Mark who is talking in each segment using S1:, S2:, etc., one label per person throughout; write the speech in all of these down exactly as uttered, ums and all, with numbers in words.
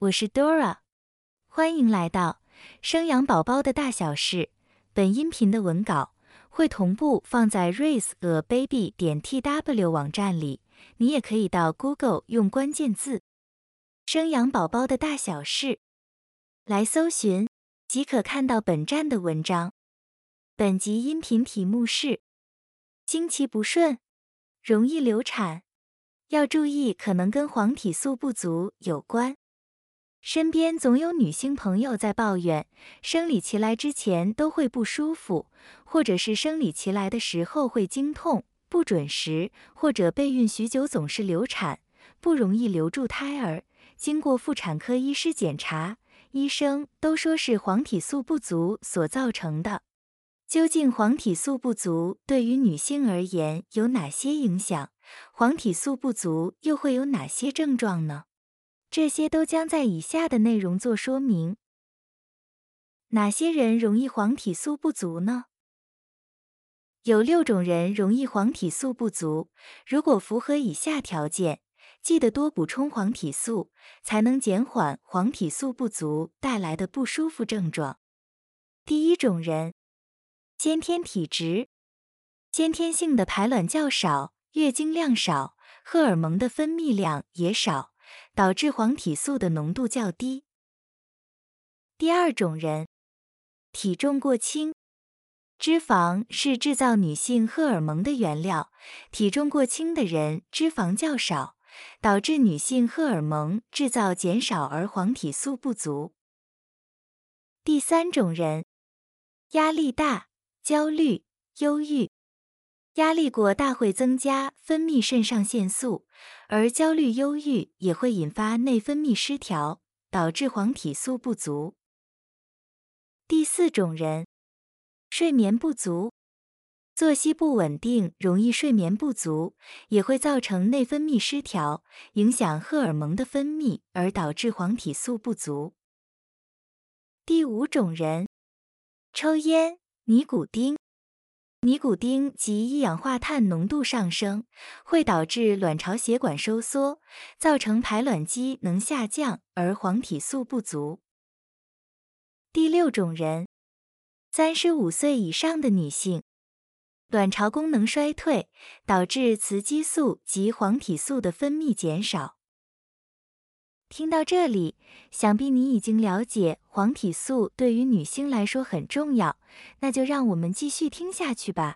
S1: 我是 Dora， 欢迎来到生养宝宝的大小事。本音频的文稿会同步放在 raise a baby 点 t w 网站里，你也可以到 Google 用关键字生养宝宝的大小事来搜寻，即可看到本站的文章。本集音频题目是经期不顺，容易流产，要注意可能跟黄体素不足有关。身边总有女性朋友在抱怨，生理期来之前都会不舒服，或者是生理期来的时候会经痛、不准时，或者备孕许久总是流产，不容易留住胎儿。经过妇产科医师检查，医生都说是黄体素不足所造成的。究竟黄体素不足对于女性而言有哪些影响？黄体素不足又会有哪些症状呢？这些都将在以下的内容做说明。哪些人容易黄体素不足呢？有六种人容易黄体素不足，如果符合以下条件，记得多补充黄体素，才能减缓黄体素不足带来的不舒服症状。第一种人，先天体质，先天性的排卵较少，月经量少，荷尔蒙的分泌量也少，导致黄体素的浓度较低。第二种人，体重过轻，脂肪是制造女性荷尔蒙的原料，体重过轻的人脂肪较少，导致女性荷尔蒙制造减少而黄体素不足。第三种人，压力大，焦虑、忧郁。压力过大会增加分泌肾上腺素，而焦虑、忧郁也会引发内分泌失调，导致黄体素不足。第四种人，睡眠不足，作息不稳定，容易睡眠不足，也会造成内分泌失调，影响荷尔蒙的分泌，而导致黄体素不足。第五种人，抽烟、尼古丁。尼古丁及一氧化碳浓度上升，会导致卵巢血管收缩，造成排卵机能下降而黄体素不足。第六种人，三十五岁以上的女性，卵巢功能衰退，导致雌激素及黄体素的分泌减少。听到这里，想必你已经了解黄体素对于女性来说很重要，那就让我们继续听下去吧。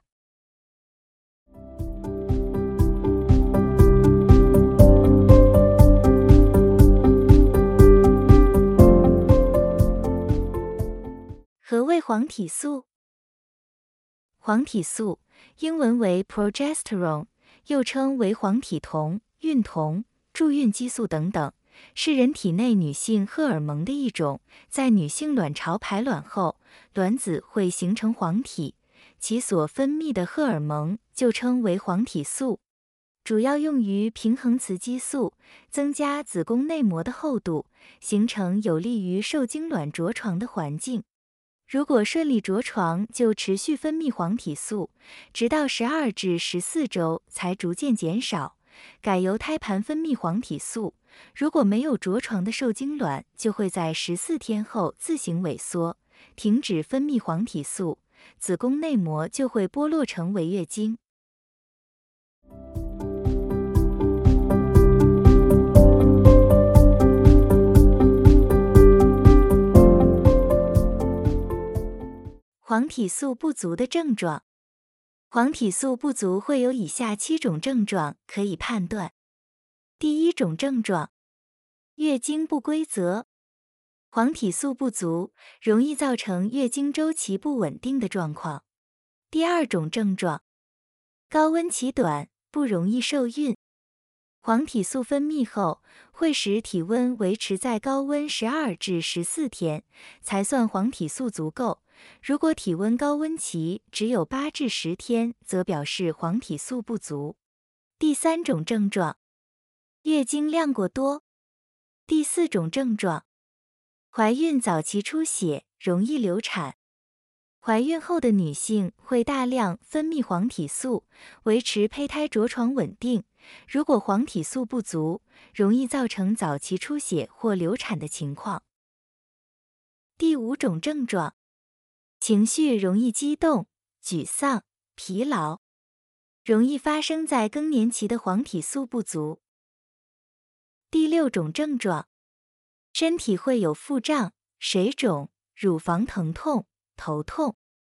S1: 何谓黄体素？黄体素，英文为 progesterone， 又称为黄体酮、孕酮、助孕激素等等，是人体内女性荷尔蒙的一种，在女性卵巢排卵后，卵子会形成黄体，其所分泌的荷尔蒙就称为黄体素，主要用于平衡雌激素，增加子宫内膜的厚度，形成有利于受精卵着床的环境。如果顺利着床，就持续分泌黄体素，直到十二至十四周才逐渐减少，改由胎盘分泌黄体素。如果没有着床的受精卵，就会在十四天后自行萎缩，停止分泌黄体素，子宫内膜就会剥落成为月经。黄体素不足的症状。黄体素不足会有以下七种症状可以判断。第一种症状，月经不规则。黄体素不足容易造成月经周期不稳定的状况。第二种症状，高温期短，不容易受孕。黄体素分泌后，会使体温维持在高温十二至十四天，才算黄体素足够。如果体温高温期只有八至十天，则表示黄体素不足。第三种症状，月经量过多。第四种症状，怀孕早期出血，容易流产。怀孕后的女性会大量分泌黄体素，维持胚胎着床稳定， 如果黄体素不足，容易造成早期出血或流产的情况。第五种症状，情绪容易激动、沮丧、疲劳，容易发生在更年期的黄体素不足。第六种症状，身体会有腹胀、水肿、乳房疼痛、头痛。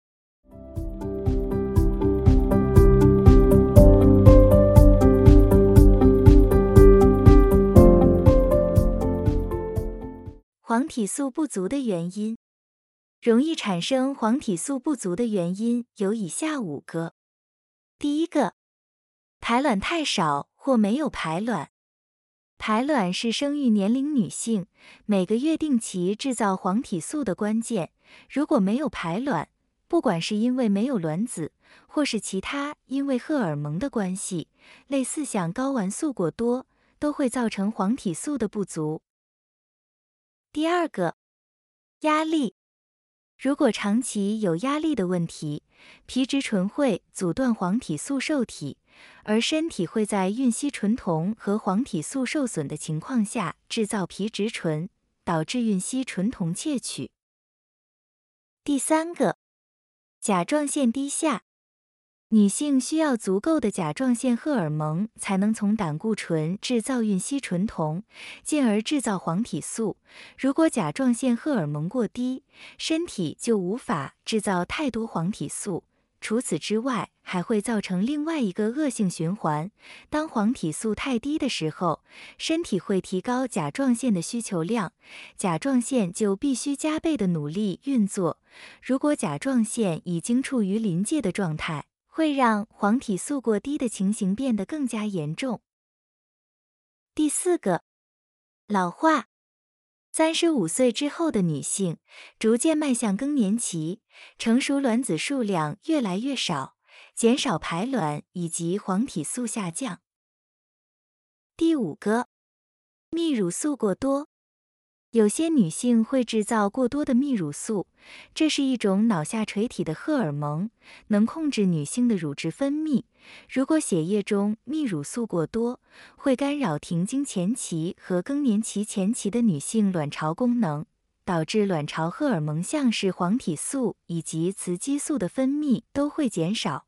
S1: 黄体素不足的原因，容易产生黄体素不足的原因有以下五个。第一个，排卵太少或没有排卵。排卵是生育年龄女性每个月定期制造黄体素的关键，如果没有排卵，不管是因为没有卵子，或是其他因为荷尔蒙的关系，类似像睾丸素过多，都会造成黄体素的不足。第二个，压力。如果长期有压力的问题，皮质醇会阻断黄体素受体，而身体会在孕烯醇酮和黄体素受损的情况下制造皮质醇，导致孕烯醇酮窃取。第三个，甲状腺低下。女性需要足够的甲状腺荷尔蒙才能从胆固醇制造孕烯醇酮，进而制造黄体素。如果甲状腺荷尔蒙过低，身体就无法制造太多黄体素。除此之外，还会造成另外一个恶性循环。当黄体素太低的时候，身体会提高甲状腺的需求量，甲状腺就必须加倍的努力运作。如果甲状腺已经处于临界的状态，会让黄体素过低的情形变得更加严重。第四个，老化。三十五岁之后的女性逐渐迈向更年期，成熟卵子数量越来越少，减少排卵以及黄体素下降。第五个，泌乳素过多。有些女性会制造过多的泌乳素，这是一种脑下垂体的荷尔蒙，能控制女性的乳汁分泌。如果血液中泌乳素过多，会干扰停经前期和更年期前期的女性卵巢功能，导致卵巢荷尔蒙像是黄体素以及雌激素的分泌都会减少。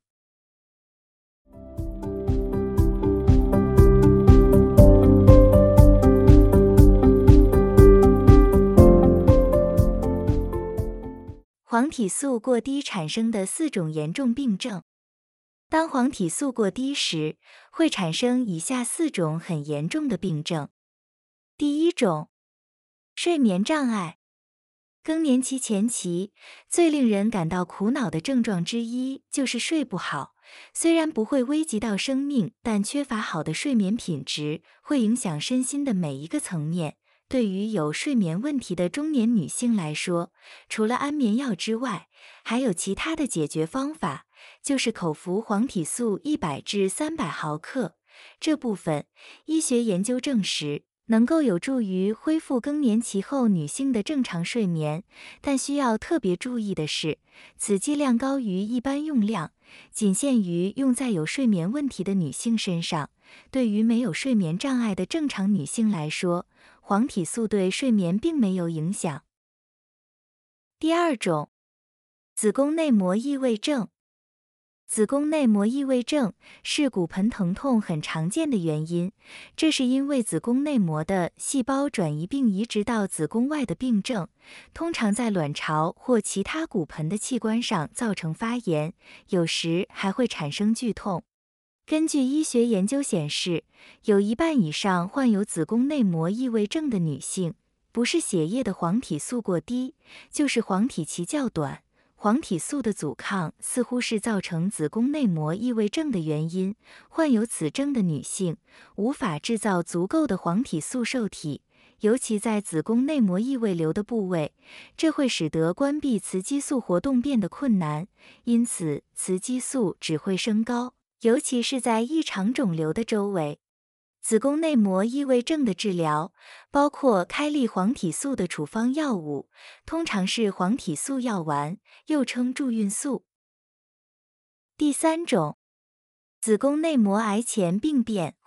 S1: 黄体素过低产生的四种严重病症。当黄体素过低时，会产生以下四种很严重的病症。第一种，睡眠障碍。更年期前期，最令人感到苦恼的症状之一就是睡不好。虽然不会危及到生命，但缺乏好的睡眠品质会影响身心的每一个层面。对于有睡眠问题的中年女性来说，除了安眠药之外，还有其他的解决方法，就是口服黄体素一百至三百毫克。这部分医学研究证实，能够有助于恢复更年期后女性的正常睡眠，但需要特别注意的是，此剂量高于一般用量，仅限于用在有睡眠问题的女性身上。对于没有睡眠障碍的正常女性来说，黄体素对睡眠并没有影响。第二种，子宫内膜异位症。子宫内膜异位症是骨盆疼痛很常见的原因，这是因为子宫内膜的细胞转移并移植到子宫外的病症，通常在卵巢或其他骨盆的器官上造成发炎，有时还会产生剧痛。根据医学研究显示，有一半以上患有子宫内膜异位症的女性，不是血液的黄体素过低，就是黄体期较短。黄体素的阻抗似乎是造成子宫内膜异位症的原因。患有此症的女性无法制造足够的黄体素受体，尤其在子宫内膜异位瘤的部位，这会使得关闭雌激素活动变得困难，因此雌激素只会升高，尤其是在异常肿瘤的周围。子宫内膜异位症的治疗包括开立黄体素的处方药物，通常是黄体素药丸，又称助孕素。第三种，子宫内膜癌前病变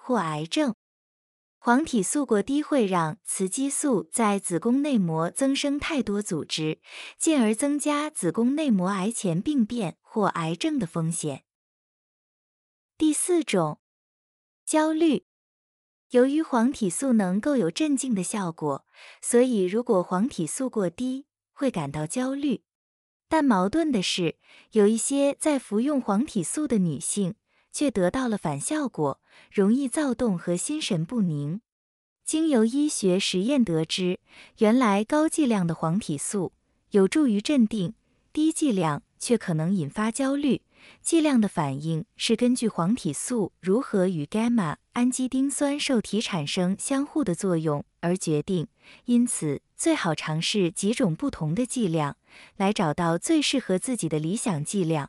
S1: 或癌症。黄体素过低会让雌激素在子宫内膜增生太多组织，进而增加子宫内膜癌前病变或癌症的风险。第四种，焦虑。由于黄体素能够有镇静的效果，所以如果黄体素过低，会感到焦虑。但矛盾的是，有一些在服用黄体素的女性却得到了反效果，容易躁动和心神不宁。经由医学实验得知，原来高剂量的黄体素有助于镇定，低剂量却可能引发焦虑。剂量的反应是根据黄体素如何与伽马氨基丁酸受体产生相互的作用而决定，因此最好尝试几种不同的剂量，来找到最适合自己的理想剂量。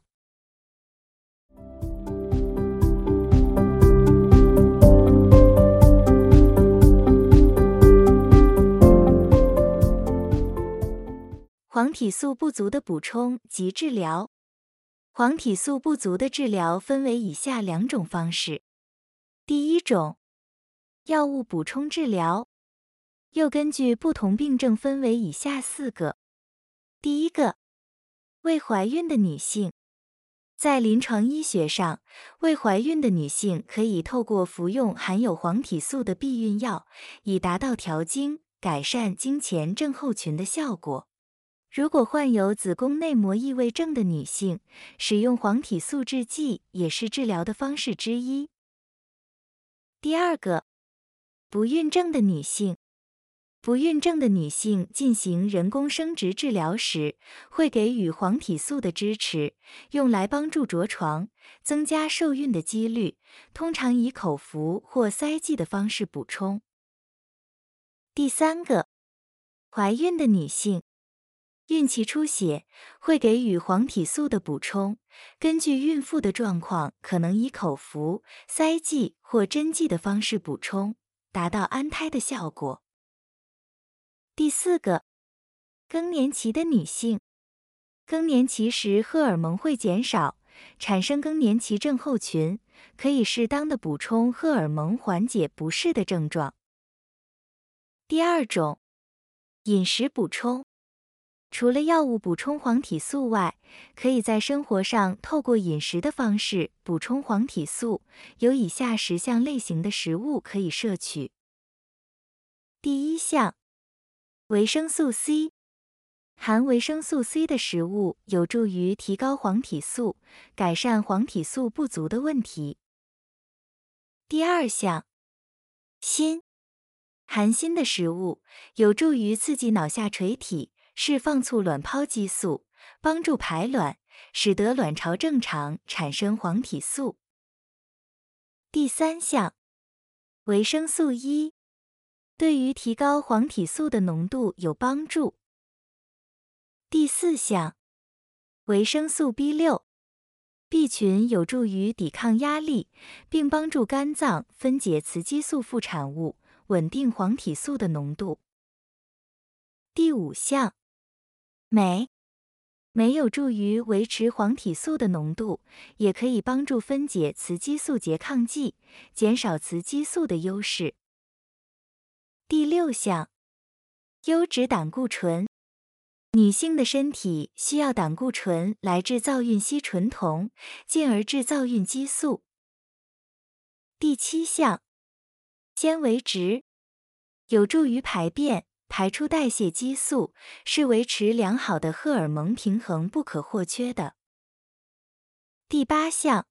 S1: 黄体素不足的补充及治疗。黄体素不足的治疗分为以下两种方式。第一种，药物补充治疗，又根据不同病症分为以下四个。第一个，未怀孕的女性。在临床医学上，未怀孕的女性可以透过服用含有黄体素的避孕药，以达到调经、改善经前症候群的效果。如果患有子宫内膜异位症的女性，使用黄体素制剂也是治疗的方式之一。第二个，不孕症的女性。不孕症的女性进行人工生殖治疗时，会给予黄体素的支持，用来帮助着床，增加受孕的几率，通常以口服或塞剂的方式补充。第三个，怀孕的女性。孕期出血会给予黄体素的补充，根据孕妇的状况，可能以口服、塞剂或针剂的方式补充，达到安胎的效果。第四个，更年期的女性。更年期时荷尔蒙会减少，产生更年期症候群，可以适当的补充荷尔蒙缓解不适的症状。第二种，饮食补充。除了药物补充黄体素外，可以在生活上透过饮食的方式补充黄体素，有以下十项类型的食物可以摄取。第一项，维生素 C。含维生素 C 的食物有助于提高黄体素，改善黄体素不足的问题。第二项，锌。含锌的食物有助于刺激脑下垂体，释放促卵泡激素，帮助排卵，使得卵巢正常，产生黄体素。第三项，维生素 E， 对于提高黄体素的浓度有帮助。第四项，维生素 B 六， B 群有助于抵抗压力，并帮助肝脏分解雌激素副产物，稳定黄体素的浓度。第五项，镁。镁有助于维持黄体素的浓度，也可以帮助分解雌激素拮抗剂，减少雌激素的优势。第六项，优质胆固醇。女性的身体需要胆固醇来制造孕烯醇酮，进而制造孕激素。第七项，纤维质。有助于排便，排出代谢激素，是维持良好的荷尔蒙平衡不可或缺的。第八项，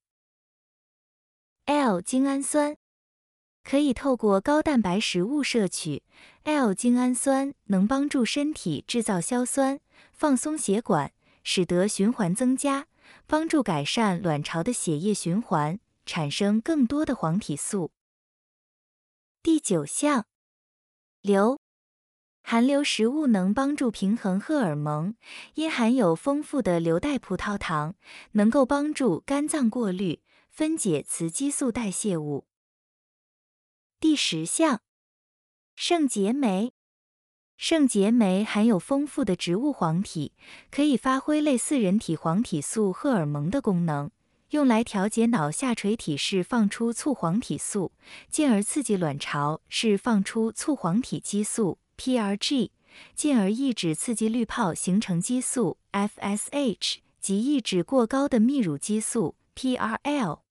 S1: L 精氨酸。可以透过高蛋白食物摄取 L 精氨酸，能帮助身体制造硝酸，放松血管，使得循环增加，帮助改善卵巢的血液循环，产生更多的黄体素。第九项，硫。含硫食物能帮助平衡荷尔蒙，因含有丰富的硫代葡萄糖，能够帮助肝脏过滤，分解雌激素代谢物。第十项，圣结酶。圣结酶含有丰富的植物黄体，可以发挥类似人体黄体素荷尔蒙的功能， 用来调节脑下垂体释放出促黄体素，进而刺激卵巢释放出促黄体激素 P R G， 进而抑制刺激滤泡形成激素 F S H 及抑制过高的泌乳激素 P R L。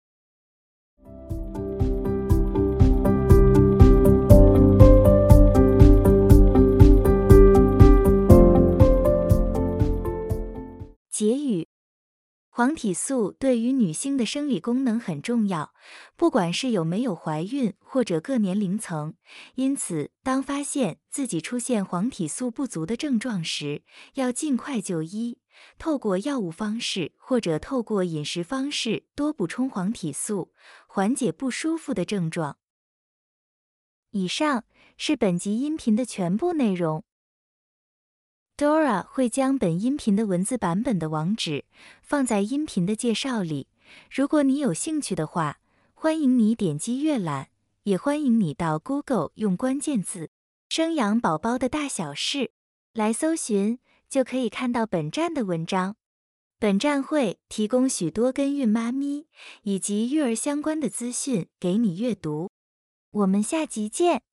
S1: 结语：黄体素对于女性的生理功能很重要，不管是有没有怀孕或者各年龄层。因此，当发现自己出现黄体素不足的症状时，要尽快就医，透过药物方式或者透过饮食方式多补充黄体素，缓解不舒服的症状。以上是本集音频的全部内容。Dora 会将本音频的文字版本的网址放在音频的介绍里，如果你有兴趣的话，欢迎你点击阅览，也欢迎你到 Google 用关键字“生养宝宝的大小事”来搜寻，就可以看到本站的文章。本站会提供许多跟孕妈咪以及育儿相关的资讯给你阅读。我们下集见。